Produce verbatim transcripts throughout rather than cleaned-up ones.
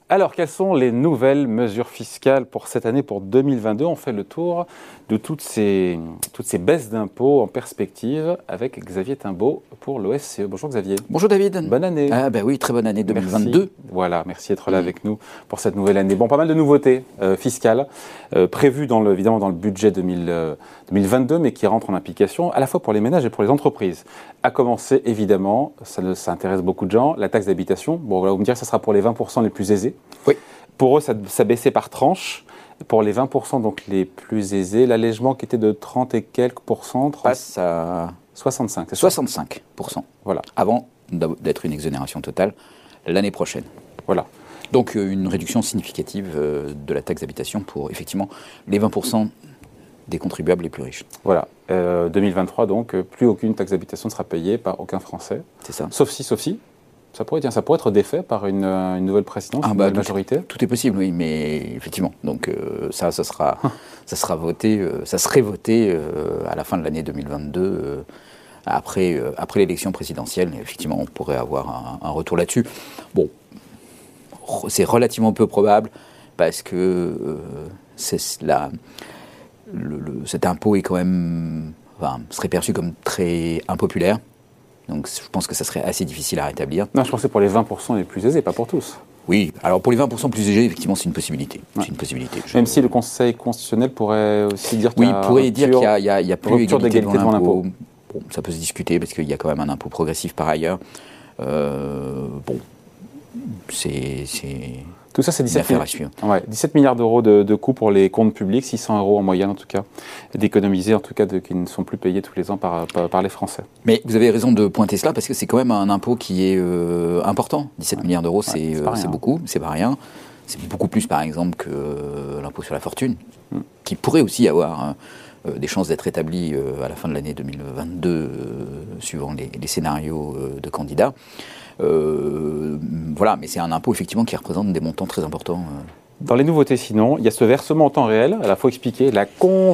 Alors, quelles sont les nouvelles mesures fiscales pour cette année, pour deux mille vingt-deux? On fait le tour de toutes ces, toutes ces baisses d'impôts en perspective avec Xavier Timbaud pour l'O F C E. Bonjour Xavier. Bonjour David. Bonne année. Ah ben oui, très bonne année deux mille vingt-deux. Merci. Voilà, merci d'être là mmh. avec nous pour cette nouvelle année. Bon, pas mal de nouveautés euh, fiscales euh, prévues dans le, évidemment dans le budget deux mille, euh, deux mille vingt-deux, mais qui rentrent en application à la fois pour les ménages et pour les entreprises. À commencer, évidemment, ça, ça intéresse beaucoup de gens, la taxe d'habitation. Bon, voilà, vous me direz que ça sera pour les vingt pour cent les plus aisés. Oui. Pour eux, ça, ça baissait par tranche. Pour les vingt pour cent donc les plus aisés, l'allègement qui était de trente et quelques pourcents, trente... passe à soixante-cinq, c'est ça ? soixante-cinq pour cent. Voilà. Avant d'être une exonération totale l'année prochaine. Voilà. Donc une réduction significative de la taxe d'habitation pour effectivement les vingt pour cent des contribuables les plus riches. Voilà. Euh, deux mille vingt-trois donc, plus aucune taxe d'habitation ne sera payée par aucun Français. C'est ça. Sauf si, sauf si. Ça pourrait, tiens, ça pourrait être défait par une, une nouvelle présidence, ah une bah, nouvelle tout, majorité. Tout est possible, oui, mais effectivement. Donc euh, ça, ça sera, ça sera voté, euh, ça serait voté euh, à la fin de l'année deux mille vingt-deux, euh, après, euh, après l'élection présidentielle. Et effectivement, on pourrait avoir un, un retour là-dessus. Bon, c'est relativement peu probable parce que euh, c'est la, le, le, cet impôt est quand même, enfin, serait perçu comme très impopulaire. Donc je pense que ça serait assez difficile à rétablir. Non, je pensais pour les vingt pour cent les plus aisés, pas pour tous. Oui, alors pour les vingt pour cent plus aisés, effectivement, c'est une possibilité. Ouais. C'est une possibilité. Je... Même si le Conseil constitutionnel pourrait aussi dire qu'il oui, y a... Oui, pourrait dire qu'il y a, il y a, il y a plus rupture d'égalité d'égalité devant l'impôt. Bon, ça peut se discuter parce qu'il y a quand même un impôt progressif par ailleurs. Euh, bon, c'est... c'est... Tout ça, c'est dix-sept, mi- ouais, dix-sept milliards d'euros de, de coûts pour les comptes publics, six cents euros en moyenne en tout cas, d'économiser en tout cas, de, qui ne sont plus payés tous les ans par, par, par les Français. Mais vous avez raison de pointer cela parce que c'est quand même un impôt qui est euh, important. dix-sept ouais. milliards d'euros, ouais, c'est, c'est, euh, c'est beaucoup, c'est pas rien. C'est beaucoup plus par exemple que euh, l'impôt sur la fortune, mm. qui pourrait aussi avoir euh, des chances d'être établi euh, à la fin de l'année deux mille vingt-deux, euh, suivant les, les scénarios euh, de candidats. Euh, voilà, mais c'est un impôt effectivement qui représente des montants très importants. Dans les nouveautés sinon, il y a ce versement en temps réel, il faut expliquer, la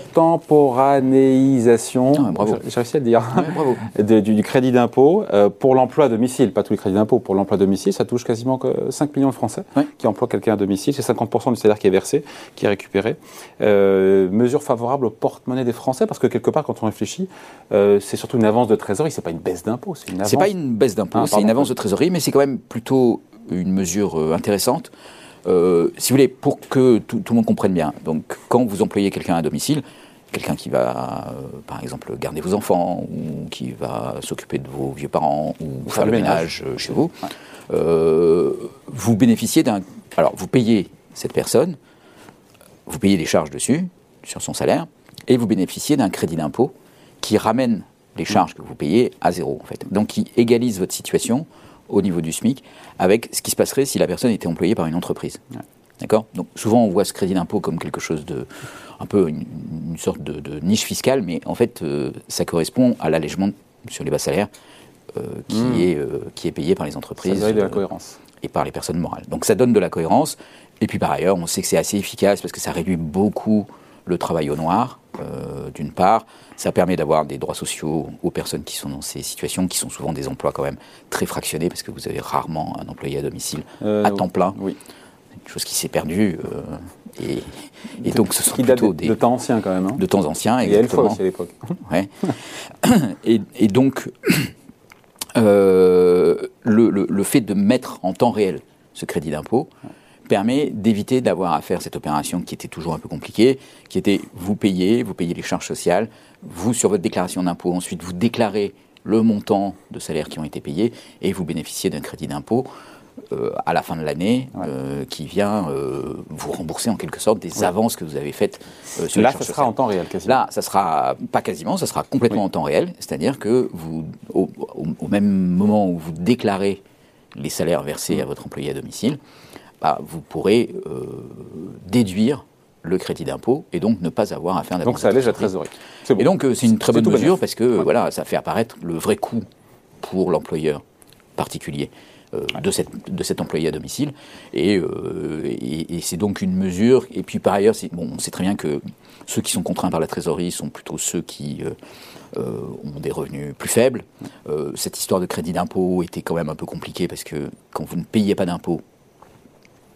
contemporanéisation, ah, bravo. j'ai réussi à le dire, ouais, bravo. de, du, du crédit d'impôt euh, pour l'emploi à domicile, pas tous les crédits d'impôt, pour l'emploi à domicile, ça touche quasiment que cinq millions de Français ouais. qui emploient quelqu'un à domicile, c'est cinquante pour cent du salaire qui est versé, qui est récupéré. Euh, mesure favorable au porte-monnaie des Français, parce que quelque part quand on réfléchit, euh, c'est surtout une avance de trésorerie, c'est pas une baisse d'impôt, c'est une avance. C'est pas une baisse d'impôt, ah, c'est une avance de trésorerie, mais c'est quand même plutôt une mesure euh, intéressante. Euh, si vous voulez, pour que tout, tout le monde comprenne bien, donc quand vous employez quelqu'un à domicile, quelqu'un qui va, euh, par exemple, garder vos enfants, ou qui va s'occuper de vos vieux parents, ou faire, faire le ménage, ménage chez vous, ouais. euh, vous bénéficiez d'un... Alors, vous payez cette personne, vous payez des charges dessus, sur son salaire, et vous bénéficiez d'un crédit d'impôt qui ramène les charges que vous payez à zéro, en fait. Donc, qui égalise votre situation au niveau du SMIC, avec ce qui se passerait si la personne était employée par une entreprise. Ouais. D'accord ? Donc souvent on voit ce crédit d'impôt comme quelque chose de, un peu une, une sorte de, de niche fiscale, mais en fait euh, ça correspond à l'allègement sur les bas salaires euh, qui, mmh. est, euh, qui est payé par les entreprises. Ça donne de la cohérence. Euh, et par les personnes morales. Donc ça donne de la cohérence, et puis par ailleurs on sait que c'est assez efficace parce que ça réduit beaucoup le travail au noir, euh, d'une part. Ça permet d'avoir des droits sociaux aux personnes qui sont dans ces situations, qui sont souvent des emplois quand même très fractionnés, parce que vous avez rarement un employé à domicile euh, à temps plein. Oui. C'est une chose qui s'est perdue. Euh, et, et de, donc ce sont qui plutôt date des... de temps ancien quand même. Hein. De temps anciens, exactement. Il y a une fois aussi à l'époque. Ouais. et, et donc, euh, le, le, le fait de mettre en temps réel ce crédit d'impôt permet d'éviter d'avoir à faire cette opération qui était toujours un peu compliquée, qui était vous payez, vous payez les charges sociales, vous sur votre déclaration d'impôt, ensuite vous déclarez le montant de salaires qui ont été payés et vous bénéficiez d'un crédit d'impôt euh, à la fin de l'année ouais. euh, qui vient euh, vous rembourser en quelque sorte des oui. avances que vous avez faites euh, sur Là, les charges ça sera sociales. En temps réel quasiment. Là, ça sera pas quasiment, ça sera complètement oui. en temps réel, c'est-à-dire que vous, au, au, au même moment où vous déclarez les salaires versés mmh. à votre employé à domicile, bah, vous pourrez euh, déduire le crédit d'impôt et donc ne pas avoir à faire d'avance. Donc ça allège la trésorerie. C'est bon. Et donc euh, c'est une très c'est bonne mesure bon parce que ouais. voilà, ça fait apparaître le vrai coût pour l'employeur particulier euh, ouais. de, cette, de cet employé à domicile. Et, euh, et, et c'est donc une mesure. Et puis par ailleurs, c'est, bon, on sait très bien que ceux qui sont contraints par la trésorerie sont plutôt ceux qui euh, euh, ont des revenus plus faibles. Euh, cette histoire de crédit d'impôt était quand même un peu compliquée parce que quand vous ne payez pas d'impôt,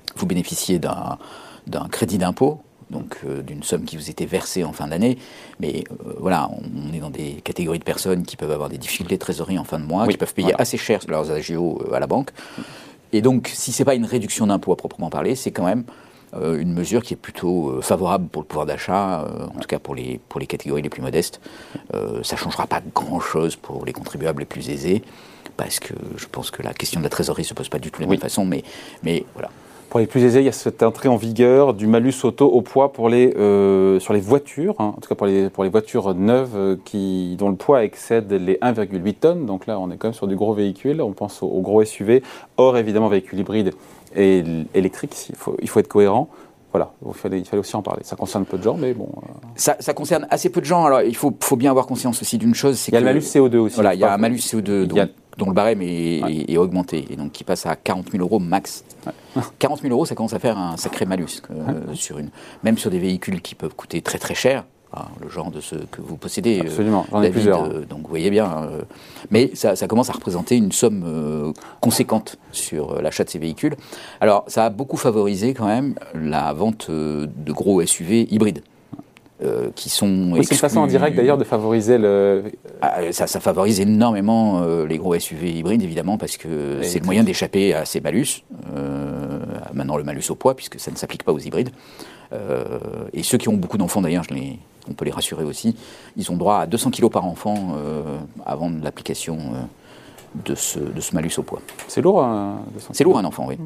vous bénéficiez d'un, d'un crédit d'impôt, donc euh, d'une somme qui vous était versée en fin d'année. Mais euh, voilà, on, on est dans des catégories de personnes qui peuvent avoir des difficultés de trésorerie en fin de mois, oui, qui peuvent payer voilà. assez cher leurs agios euh, à la banque. Et donc, si ce n'est pas une réduction d'impôt à proprement parler, c'est quand même euh, une mesure qui est plutôt euh, favorable pour le pouvoir d'achat, euh, en tout cas pour les, pour les catégories les plus modestes. Euh, ça ne changera pas grand-chose pour les contribuables les plus aisés, parce que je pense que la question de la trésorerie ne se pose pas du tout de la oui. même façon, mais, mais voilà. Pour les plus aisés, il y a cette entrée en vigueur du malus auto au poids pour les, euh, sur les voitures, hein, en tout cas pour les, pour les voitures neuves euh, qui, dont le poids excède les un virgule huit tonnes. Donc là, on est quand même sur du gros véhicule. On pense aux, aux gros S U V, hors évidemment véhicules hybrides et électriques. Il faut, il faut être cohérent. Voilà, il fallait, il fallait aussi en parler. Ça concerne peu de gens, mais bon... Euh... Ça, ça concerne assez peu de gens. Alors, il faut, faut bien avoir conscience aussi d'une chose, c'est il y a que... le malus C O deux aussi. Voilà, il y a un malus C O deux dont, a... dont le barème est, ouais. est, est augmenté, et donc qui passe à quarante mille euros max. Ouais. quarante mille euros, ça commence à faire un sacré malus. Euh, ouais. sur une, même sur des véhicules qui peuvent coûter très très cher, hein, le genre de ceux que vous possédez. Absolument, j'en ai David, plusieurs. Euh, donc vous voyez bien. Euh, mais ça, ça commence à représenter une somme euh, conséquente sur euh, l'achat de ces véhicules. Alors, ça a beaucoup favorisé quand même la vente euh, de gros S U V hybrides. Euh, qui sont oui, c'est une façon en direct d'ailleurs de favoriser le... Ah, ça, ça favorise énormément euh, les gros S U V hybrides, évidemment, parce que et c'est le moyen d'échapper à ces malus. Euh, maintenant, le malus au poids, puisque ça ne s'applique pas aux hybrides. Euh, et ceux qui ont beaucoup d'enfants, d'ailleurs, je les, on peut les rassurer aussi, ils ont droit à deux cents kilos par enfant euh, avant l'application euh, de, ce, de ce malus au poids. C'est lourd, hein, deux cents C'est lourd, un enfant, oui.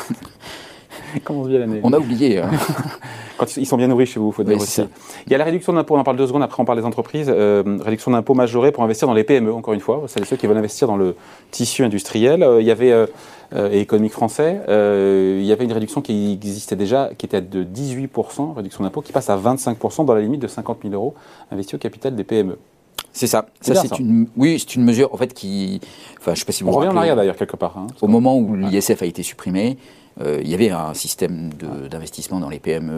Comment se vit l'année ? On a oublié. Hein. Quand ils sont bien nourris chez vous, il faut dire oui, aussi. Il y a la réduction d'impôt, on en parle deux secondes, après on parle des entreprises. Euh, réduction d'impôt majorée pour investir dans les P M E, encore une fois. C'est ceux qui veulent investir dans le tissu industriel. Euh, il y avait, euh, et économique français, euh, il y avait une réduction qui existait déjà, qui était de dix-huit pour cent, réduction d'impôt, qui passe à vingt-cinq pour cent dans la limite de cinquante mille euros investis au capital des P M E. C'est ça. C'est ça, c'est ça. Une, oui, c'est une mesure en fait qui. Enfin, je sais pas si vous. On revient en arrière d'ailleurs quelque part. Hein, au moment où l'I S F a été supprimé, euh, il y avait un système de, d'investissement dans les P M E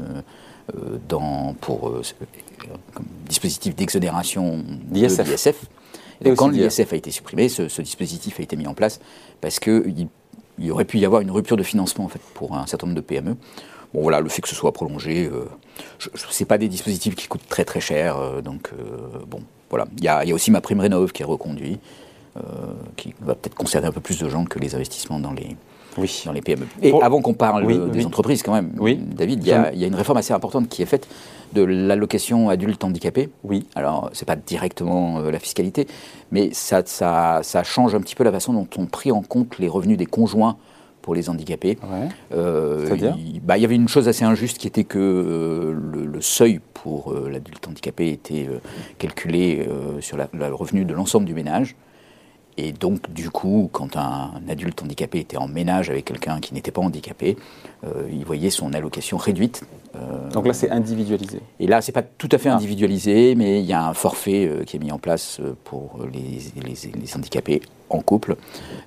euh, dans, pour euh, comme dispositif d'exonération de l'I S F. Et donc, quand l'I S F a été supprimé, ce, ce dispositif a été mis en place parce qu'il il aurait pu y avoir une rupture de financement en fait pour un certain nombre de P M E. Bon voilà, le fait que ce soit prolongé, euh, je, je, c'est pas des dispositifs qui coûtent très très cher, euh, donc euh, bon. Voilà, il y, y a aussi ma prime rénov qui est reconduit, euh, qui va peut-être concerner un peu plus de gens que les investissements dans les, oui. dans les P M E. Et oh. avant qu'on parle oui, des oui. entreprises quand même, oui. David, il y, y a une réforme assez importante qui est faite de l'allocation adulte handicapé. Oui. Alors, c'est pas directement euh, la fiscalité, mais ça, ça, ça change un petit peu la façon dont on pris en compte les revenus des conjoints pour les handicapés. Ouais. Euh, C'est-à-dire il, bah, il y avait une chose assez injuste qui était que euh, le, le seuil pour euh, l'adulte handicapé était euh, calculé euh, sur la, le revenu de l'ensemble du ménage. Et donc, du coup, quand un, un adulte handicapé était en ménage avec quelqu'un qui n'était pas handicapé, euh, il voyait son allocation réduite. Euh, donc là, c'est individualisé. Et là, c'est pas tout à fait ah. individualisé, mais il y a un forfait euh, qui est mis en place pour les, les, les handicapés en couple.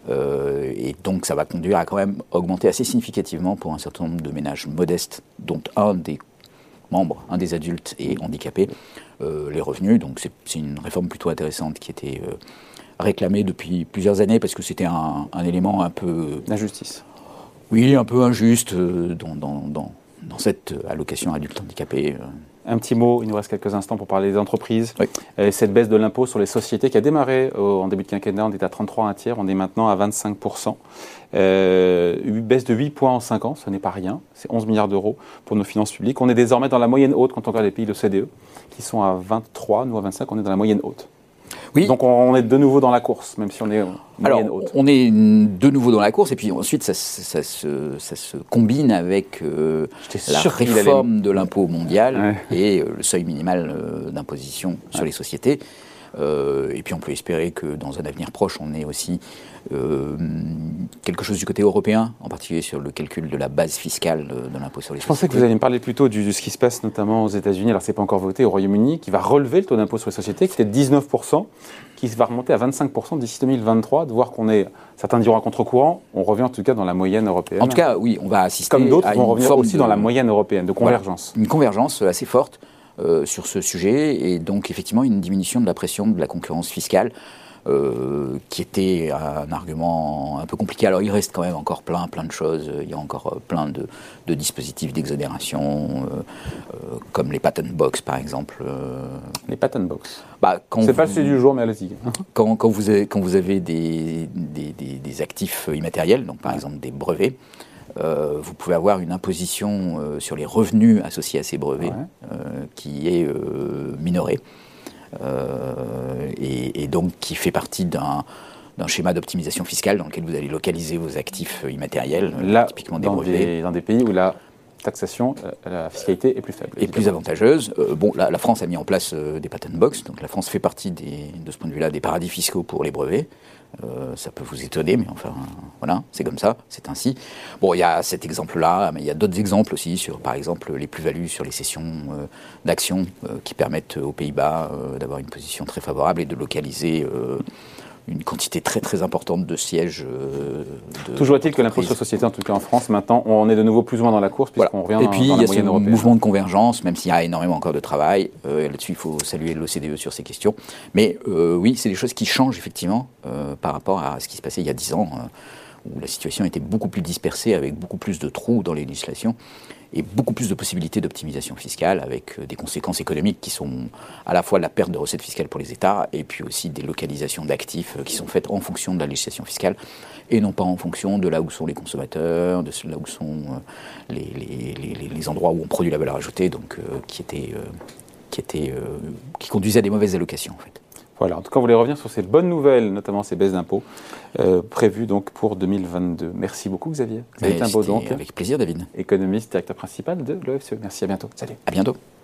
Euh, et donc, ça va conduire à quand même augmenter assez significativement pour un certain nombre de ménages modestes, dont un des membres, un des adultes est handicapé, euh, les revenus. Donc, c'est, c'est une réforme plutôt intéressante qui était euh, réclamée depuis plusieurs années parce que c'était un, un élément un peu... D'injustice. Oui, un peu injuste euh, dans, dans, dans, dans cette allocation adulte handicapé. Euh. Un petit mot, il nous reste quelques instants pour parler des entreprises. Oui. Euh, cette baisse de l'impôt sur les sociétés qui a démarré au, en début de quinquennat, on était à trente-trois un tiers, on est maintenant à vingt-cinq pour cent. Euh, une baisse de huit points en cinq ans, ce n'est pas rien, c'est onze milliards d'euros pour nos finances publiques. On est désormais dans la moyenne haute quand on regarde les pays de l'O C D E, qui sont à vingt-trois, nous à vingt-cinq, on est dans la moyenne haute. Oui. Donc on est de nouveau dans la course, même si on est moyenne Alors, haute. On est de nouveau dans la course, et puis ensuite ça, ça, ça, se, ça se combine avec euh, la réforme allait... de l'impôt mondial ouais. et euh, le seuil minimal euh, d'imposition ouais. sur les sociétés. Euh, et puis on peut espérer que dans un avenir proche, on ait aussi euh, quelque chose du côté européen, en particulier sur le calcul de la base fiscale de, de l'impôt sur les sociétés. Je pensais que vous alliez me parler plutôt du, de ce qui se passe notamment aux États-Unis, alors c'est pas encore voté, au Royaume-Uni, qui va relever le taux d'impôt sur les sociétés, qui était de dix-neuf pour cent, qui va remonter à vingt-cinq pour cent d'ici deux mille vingt-trois, de voir qu'on est, certains diront à contre-courant, on revient en tout cas dans la moyenne européenne. En tout cas, oui, on va assister Comme d'autres à vont une revenir forme aussi de, dans la moyenne européenne, de convergence. Voilà, une convergence assez forte. Euh, sur ce sujet, et donc effectivement une diminution de la pression de la concurrence fiscale. euh, qui était un argument un peu compliqué. Alors il reste quand même encore plein, plein de choses. Il y a encore plein de, de dispositifs d'exonération, euh, euh, comme les patent box par exemple. Euh, les patent box bah, c'est pas le sujet du jour, mais allez-y. Quand, quand, vous avez, quand vous avez des, des, des, des actifs immatériels, donc par exemple des brevets, Euh, vous pouvez avoir une imposition euh, sur les revenus associés à ces brevets ouais. euh, qui est euh, minorée euh, et, et donc qui fait partie d'un, d'un schéma d'optimisation fiscale dans lequel vous allez localiser vos actifs immatériels, là, typiquement des dans brevets. Des, dans des pays où la taxation, la fiscalité est plus faible. Et plus avantageuse. Euh, bon, la, la France a mis en place euh, des patent box, donc la France fait partie des, de ce point de vue-là des paradis fiscaux pour les brevets. Euh, ça peut vous étonner, mais enfin, voilà, c'est comme ça, c'est ainsi. Bon, il y a cet exemple-là, mais il y a d'autres exemples aussi sur, par exemple, les plus-values sur les cessions euh, d'actions euh, qui permettent aux Pays-Bas euh, d'avoir une position très favorable et de localiser euh, une quantité très très importante de sièges. Euh, de Toujours est-il que l'impôt sur les sociétés, en tout cas en France, maintenant, on est de nouveau plus ou moins dans la course, puisqu'on voilà. revient et puis, dans, dans la moyenne européenne. Il y a ce mouvement de convergence, même s'il y a énormément encore de travail. Euh, là-dessus, il faut saluer l'O C D E sur ces questions. Mais euh, oui, c'est des choses qui changent effectivement euh, par rapport à ce qui se passait il y a dix ans, euh, où la situation était beaucoup plus dispersée, avec beaucoup plus de trous dans les législations et beaucoup plus de possibilités d'optimisation fiscale, avec des conséquences économiques qui sont à la fois la perte de recettes fiscales pour les États et puis aussi des localisations d'actifs qui sont faites en fonction de la législation fiscale et non pas en fonction de là où sont les consommateurs, de là où sont les, les, les, les endroits où on produit la valeur ajoutée, donc euh, qui, étaient, euh, qui, étaient, euh, qui conduisaient à des mauvaises allocations en fait. Voilà, en tout cas, on voulait revenir sur ces bonnes nouvelles, notamment ces baisses d'impôts euh, prévues donc pour deux mille vingt-deux. Merci beaucoup, Xavier. Xavier Tinbaud, donc, avec plaisir, David. Économiste, directeur principal de l'O F C E. Merci, à bientôt. Salut. À bientôt.